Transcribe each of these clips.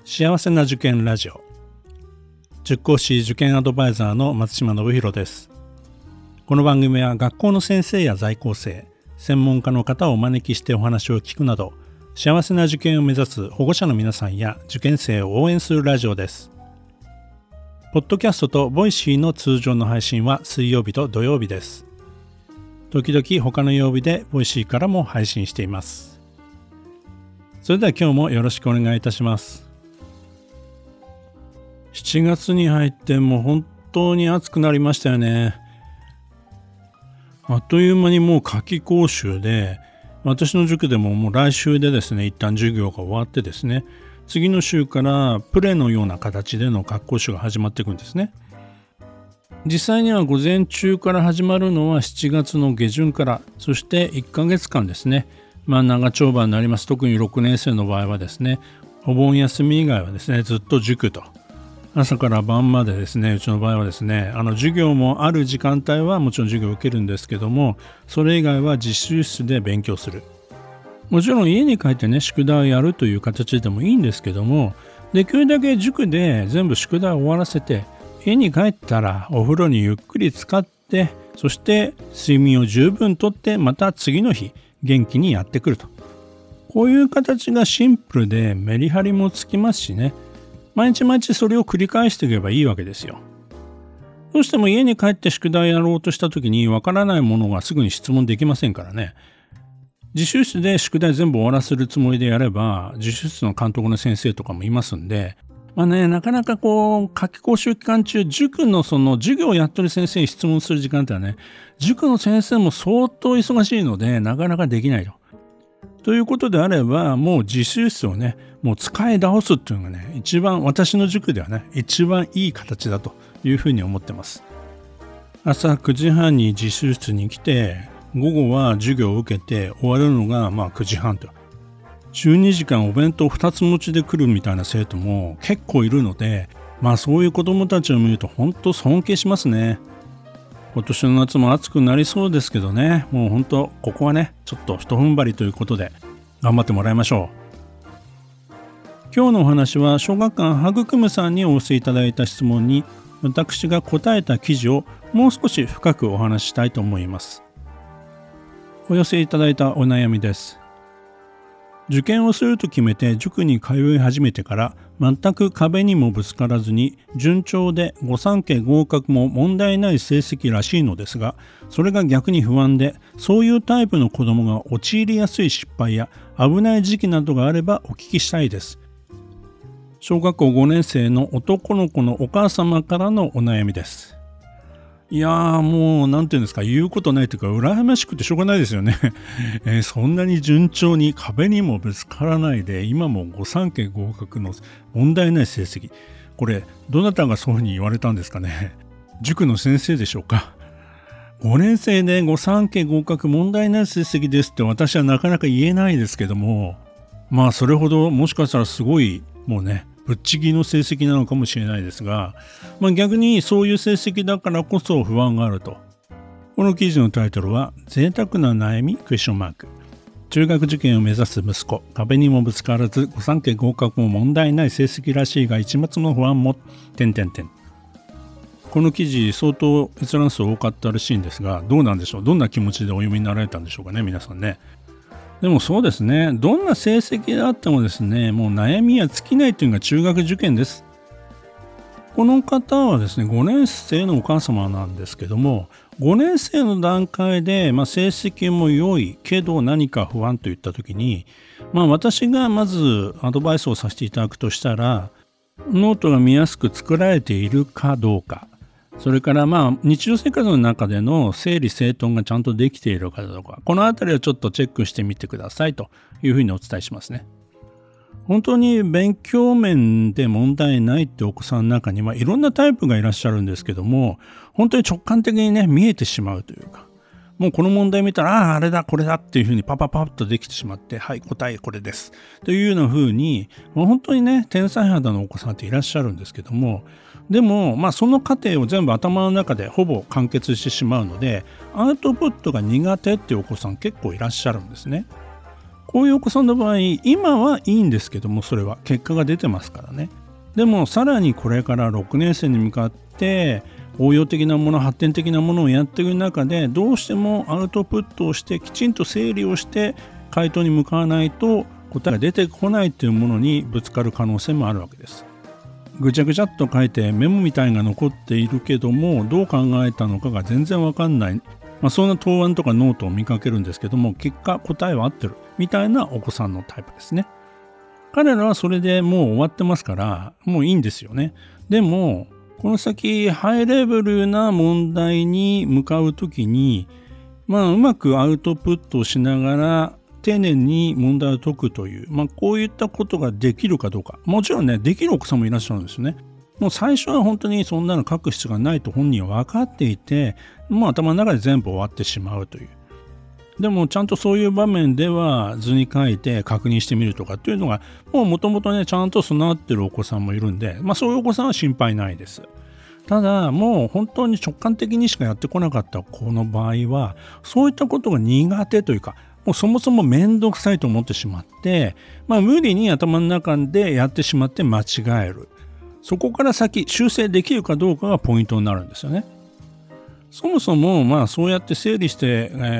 幸せな受験ラジオ。塾講師受験アドバイザーの松島信弘です。この番組は学校の先生や在校生、専門家の方をお招きしてお話を聞くなど、幸せな受験を目指す保護者の皆さんや受験生を応援するラジオです。ポッドキャストとボイシーの通常の配信は水曜日と土曜日です。時々他の曜日でボイシーからも配信しています。それでは今日もよろしくお願いいたします。7月に入ってもう本当に暑くなりましたよね。あっという間にもう夏期講習で、私の塾でももう来週でですね、一旦授業が終わってですね、次の週からプレのような形での夏期講習が始まっていくんですね。実際には午前中から始まるのは7月の下旬から、そして1ヶ月間ですね、長丁場になります。特に6年生の場合はですね、お盆休み以外はですね、ずっと塾と。朝から晩までですね、うちの場合はですね、授業もある時間帯はもちろん授業を受けるんですけども、それ以外は自習室で勉強する。もちろん家に帰ってね、宿題をやるという形でもいいんですけども、できるだけ塾で全部宿題を終わらせて、家に帰ったらお風呂にゆっくり浸かって、そして睡眠を十分とって、また次の日元気にやってくると。こういう形がシンプルでメリハリもつきますしね、毎日それを繰り返していけばいいわけですよ。どうしても家に帰って宿題やろうとした時にわからないものがすぐに質問できませんからね。自習室で宿題全部終わらせるつもりでやれば、自習室の監督の先生とかもいますんで、なかなか夏期講習期間中、塾のその授業をやってる先生に質問する時間ってはね、塾の先生も相当忙しいので、なかなかできないと。ということであれば、もう自習室をね、もう使い倒すっていうのがね、一番私の塾ではね、一番いい形だというふうに思ってます。朝9時半に自習室に来て、午後は授業を受けて終わるのが9時半と。12時間お弁当2つ持ちで来るみたいな生徒も結構いるので、そういう子どもたちを見ると本当尊敬しますね。今年の夏も暑くなりそうですけどね、もう本当ここはね、ちょっと一踏ん張りということで頑張ってもらいましょう。今日のお話は小学館育むさんにお寄せいただいた質問に私が答えた記事をもう少し深くお話ししたいと思います。お寄せいただいたお悩みです。受験をすると決めて塾に通い始めてから全く壁にもぶつからずに順調で御三家合格も問題ない成績らしいのですが、それが逆に不安で、そういうタイプの子どもが陥りやすい失敗や危ない時期などがあればお聞きしたいです。小学校5年生の男の子のお母様からのお悩みです。いやー、もうなんていうんですか、言うことないというか羨ましくてしょうがないですよね。そんなに順調に壁にもぶつからないで、今も御三家合格の問題ない成績。これどなたがそういうふうに言われたんですかね。塾の先生でしょうか。5年生で御三家合格問題ない成績ですって私はなかなか言えないですけども、それほどもしかしたらすごいもうね、ぶっちぎりの成績なのかもしれないですが、逆にそういう成績だからこそ不安があると。この記事のタイトルは贅沢な悩み？中学受験を目指す息子、壁にもぶつからず御三家合格も問題ない成績らしいが一抹の不安も…この記事相当閲覧数多かったらしいんですが、どうなんでしょう。どんな気持ちでお読みになられたんでしょうかね、皆さんね。でもそうですね、どんな成績であってもですね、もう悩みは尽きないというのが中学受験です。この方はですね、5年生のお母様なんですけども、5年生の段階で、成績も良いけど何か不安といったときに、私がまずアドバイスをさせていただくとしたら、ノートが見やすく作られているかどうか、それから日常生活の中での整理整頓がちゃんとできているかどうか、このあたりをちょっとチェックしてみてくださいというふうにお伝えしますね。本当に勉強面で問題ないってお子さんの中にはいろんなタイプがいらっしゃるんですけども、本当に直感的にね、見えてしまうというか、もうこの問題見たら、あれだこれだっていうふうにパパパッとできてしまって、はい、答えこれですというようなふうに、本当にね、天才肌のお子さんっていらっしゃるんですけども、でもその過程を全部頭の中でほぼ完結してしまうので、アウトプットが苦手っていうお子さん結構いらっしゃるんですね。 こういうお子さんの場合、今はいいんですけども、それは結果が出てますからね。でもさらにこれから6年生に向かって応用的なもの、発展的なものをやっていく中で、どうしてもアウトプットをしてきちんと整理をして回答に向かわないと答えが出てこないというものにぶつかる可能性もあるわけです。ぐちゃぐちゃっと書いてメモみたいが残っているけども、どう考えたのかが全然わかんない、そんな答案とかノートを見かけるんですけども、結果答えは合ってるみたいなお子さんのタイプですね。彼らはそれでもう終わってますからもういいんですよね。でもこの先ハイレベルな問題に向かうときに、うまくアウトプットをしながら丁寧に問題を解くという、こういったことができるかどうか。もちろんね、できるお子さんもいらっしゃるんですよね。もう最初は本当にそんなの書く必要がないと本人は分かっていて、もう頭の中で全部終わってしまうという。でもちゃんとそういう場面では図に書いて確認してみるとかっていうのがもともとねちゃんと備わってるお子さんもいるんで、そういうお子さんは心配ないです。ただもう本当に直感的にしかやってこなかった子の場合はそういったことが苦手というか、もうそもそも面倒くさいと思ってしまって、無理に頭の中でやってしまって間違える。そこから先修正できるかどうかがポイントになるんですよね。そもそもそうやって整理して、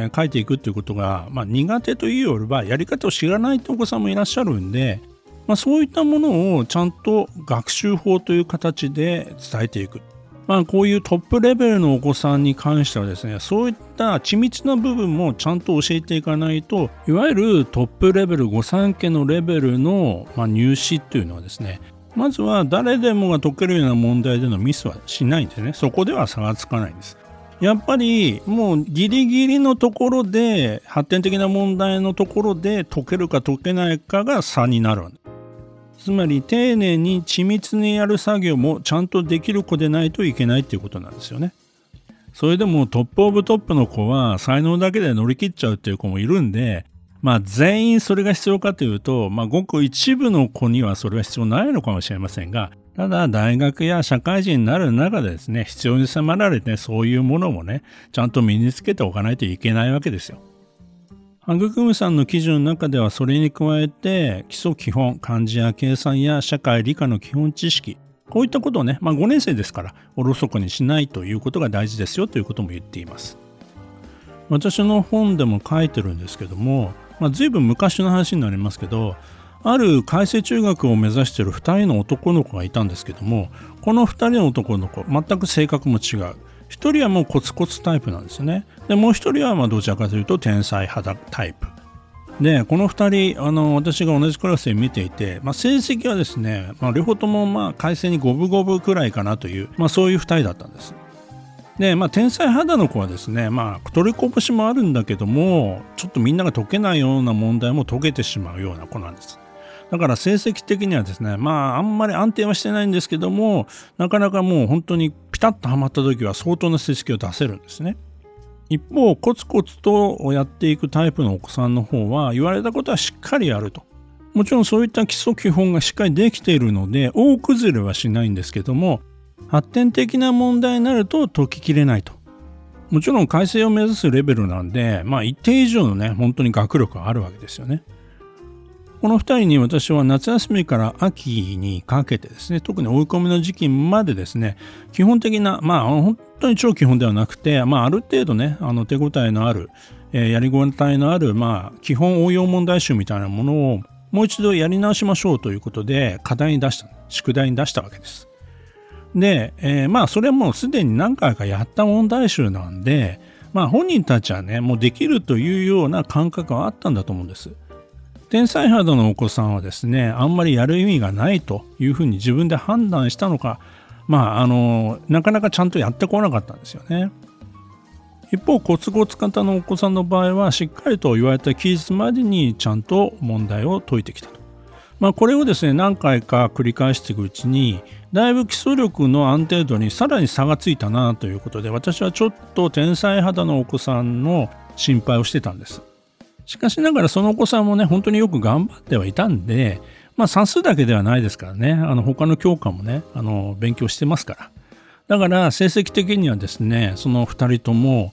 書いていくっていうことが、苦手というよりはやり方を知らないお子さんもいらっしゃるんで、そういったものをちゃんと学習法という形で伝えていく。こういうトップレベルのお子さんに関してはですね、そういった緻密な部分もちゃんと教えていかないと、いわゆるトップレベル御三家のレベルの、入試っていうのはですね、まずは誰でもが解けるような問題でのミスはしないんですね。そこでは差がつかないんです。やっぱりもうギリギリのところで発展的な問題のところで解けるか解けないかが差になる。つまり丁寧に緻密にやる作業もちゃんとできる子でないといけないっていうことなんですよね。それでもトップオブトップの子は才能だけで乗り切っちゃうっていう子もいるんで、全員それが必要かというと、ごく一部の子にはそれは必要ないのかもしれませんが、ただ大学や社会人になる中でですね、必要に迫られてそういうものもねちゃんと身につけておかないといけないわけですよ。育むさんの記事の中ではそれに加えて基礎基本、漢字や計算や社会理科の基本知識、こういったことをね、5年生ですからおろそかにしないということが大事ですよということも言っています。私の本でも書いてるんですけども、随分昔の話になりますけど、ある開成中学を目指している2人の男の子がいたんですけども、この2人の男の子全く性格も違う。1人はもうコツコツタイプなんですよね。でもう1人はどちらかというと天才派タイプで、この2人私が同じクラスで見ていて、成績はですね、両方とも開成に五分五分くらいかなという、そういう2人だったんです。で、天才肌の子はですね、取りこぼしもあるんだけども、ちょっとみんなが解けないような問題も解けてしまうような子なんです。だから成績的にはですね、あんまり安定はしてないんですけども、なかなかもう本当にピタッとはまった時は相当な成績を出せるんですね。一方、コツコツとやっていくタイプのお子さんの方は、言われたことはしっかりやると。もちろんそういった基礎基本がしっかりできているので、大崩れはしないんですけども、発展的な問題になると解ききれないと。もちろん改正を目指すレベルなんで、一定以上のね、本当に学力があるわけですよね。この2人に私は夏休みから秋にかけてですね、特に追い込みの時期までですね、基本的な、本当に超基本ではなくて、ある程度ね、手応えのある、やりごたえのある、基本応用問題集みたいなものをもう一度やり直しましょうということで、宿題に出したわけです。で、それはもうすでに何回かやった問題集なんで、本人たちはね、もうできるというような感覚はあったんだと思うんです。天才肌のお子さんはですね、あんまりやる意味がないというふうに自分で判断したのか、なかなかちゃんとやってこなかったんですよね。一方、コツコツ型のお子さんの場合はしっかりと言われた期日までにちゃんと問題を解いてきたと。これをですね、何回か繰り返していくうちにだいぶ基礎力の安定度にさらに差がついたなということで、私はちょっと天才肌のお子さんの心配をしてたんです。しかしながらそのお子さんもね、本当によく頑張ってはいたんで、算数だけではないですからね、他の教科もね、勉強してますから。だから成績的にはですね、その2人とも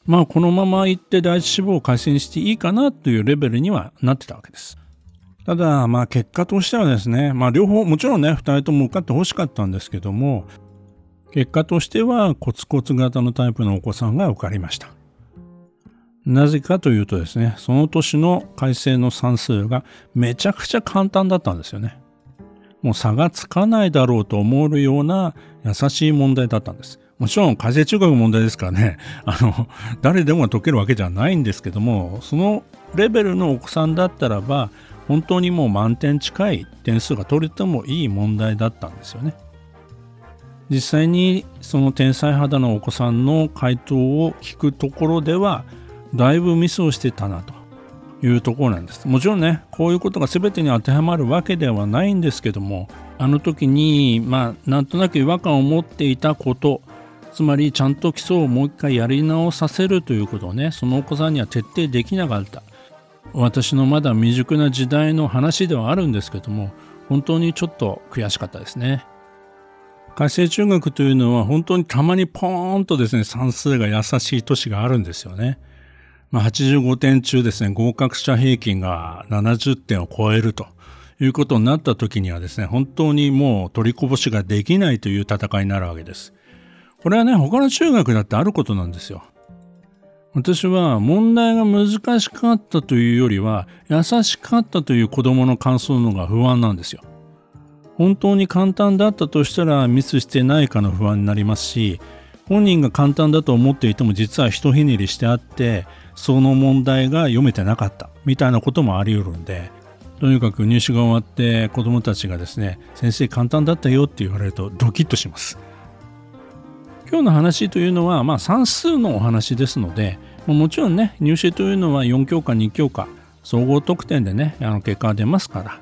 このまま行って第一志望を改正にしていいかなというレベルにはなってたわけです。ただ結果としてはですね、両方もちろんね2人とも受かってほしかったんですけども、結果としてはコツコツ型のタイプのお子さんが受かりました。なぜかというとですね、その年の改正の算数がめちゃくちゃ簡単だったんですよね。もう差がつかないだろうと思うような優しい問題だったんです。もちろん改正中学問題ですからね、誰でも解けるわけじゃないんですけども、そのレベルのお子さんだったらば本当にもう満点近い点数が取れてもいい問題だったんですよね。実際にその天才肌のお子さんの回答を聞くところではだいぶミスをしてたなというところなんです。もちろんね、こういうことが全てに当てはまるわけではないんですけども、あの時になんとなく違和感を持っていたこと、つまりちゃんと基礎をもう一回やり直させるということをね、そのお子さんには徹底できなかった。私のまだ未熟な時代の話ではあるんですけども、本当にちょっと悔しかったですね。改正中学というのは本当にたまにポーンとですね、算数が優しい年があるんですよね。85点中ですね、合格者平均が70点を超えるということになった時にはですね、本当にもう取りこぼしができないという戦いになるわけです。これはね、他の中学だってあることなんですよ。私は問題が難しかったというよりは優しかったという子供の感想の方が不安なんですよ。本当に簡単だったとしたらミスしてないかの不安になりますし、本人が簡単だと思っていても実はひとひねりしてあってその問題が読めてなかったみたいなこともあり得るんで、とにかく入試が終わって子どもたちがですね、先生簡単だったよって言われるとドキッとします。今日の話というのは算数のお話ですので、もちろんね、入試というのは4教科2教科総合得点でね、結果が出ますから、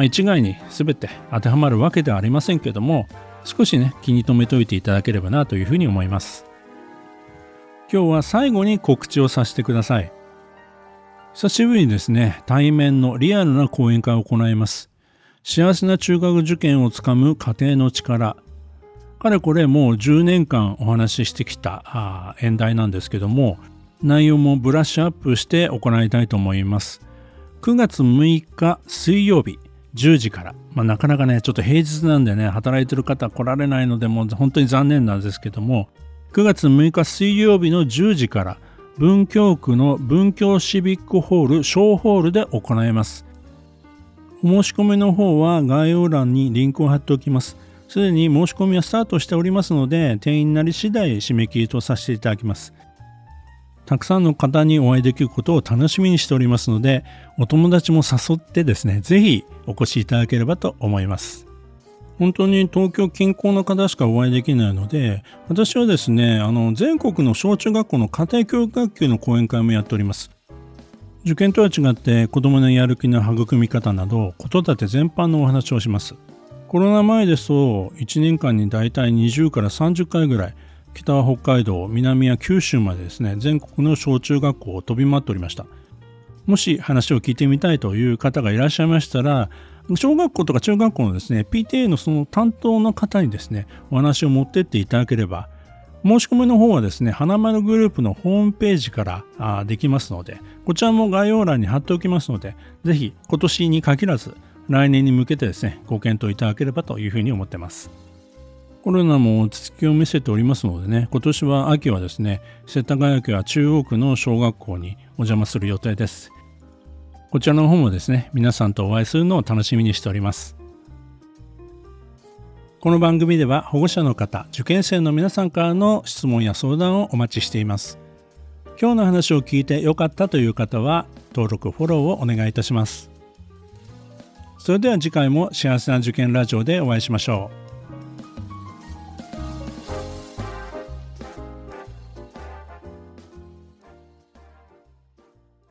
一概に全て当てはまるわけではありませんけども、少しね気に留めておいていただければなというふうに思います。今日は最後に告知をさせてください。久しぶりにですね、対面のリアルな講演会を行います。幸せな中学受験をつかむ家庭の力。かれこれもう10年間お話ししてきた演題なんですけども、内容もブラッシュアップして行いたいと思います。9月6日水曜日10時から、なかなかねちょっと平日なんでね働いてる方来られないのでもう本当に残念なんですけども、9月6日水曜日の10時から文京区の文京シビックホール小ホールで行います。お申し込みの方は概要欄にリンクを貼っておきます。すでに申し込みはスタートしておりますので、定員になり次第締め切りとさせていただきます。たくさんの方にお会いできることを楽しみにしておりますので、お友達も誘ってですね、ぜひお越しいただければと思います。本当に東京近郊の方しかお会いできないので、私はですね、全国の小中学校の家庭教育学級の講演会もやっております。受験とは違って子どものやる気の育み方など子育て全般のお話をします。コロナ前ですと1年間にだいたい20から30回ぐらい、北は北海道、南は九州までですね、全国の小中学校を飛び回っておりました。もし話を聞いてみたいという方がいらっしゃいましたら、小学校とか中学校のですね PTA のその担当の方にですねお話を持ってっていただければ、申し込みの方はですね花丸グループのホームページからできますので、こちらも概要欄に貼っておきますので、ぜひ今年に限らず来年に向けてですねご検討いただければというふうに思ってます。コロナも落ち着きを見せておりますのでね、今年は秋はですね世田谷区や中央区の小学校にお邪魔する予定です。こちらの方もですね皆さんとお会いするのを楽しみにしております。この番組では保護者の方、受験生の皆さんからの質問や相談をお待ちしています。今日の話を聞いてよかったという方は登録フォローをお願いいたします。それでは次回も幸せな受験ラジオでお会いしましょう。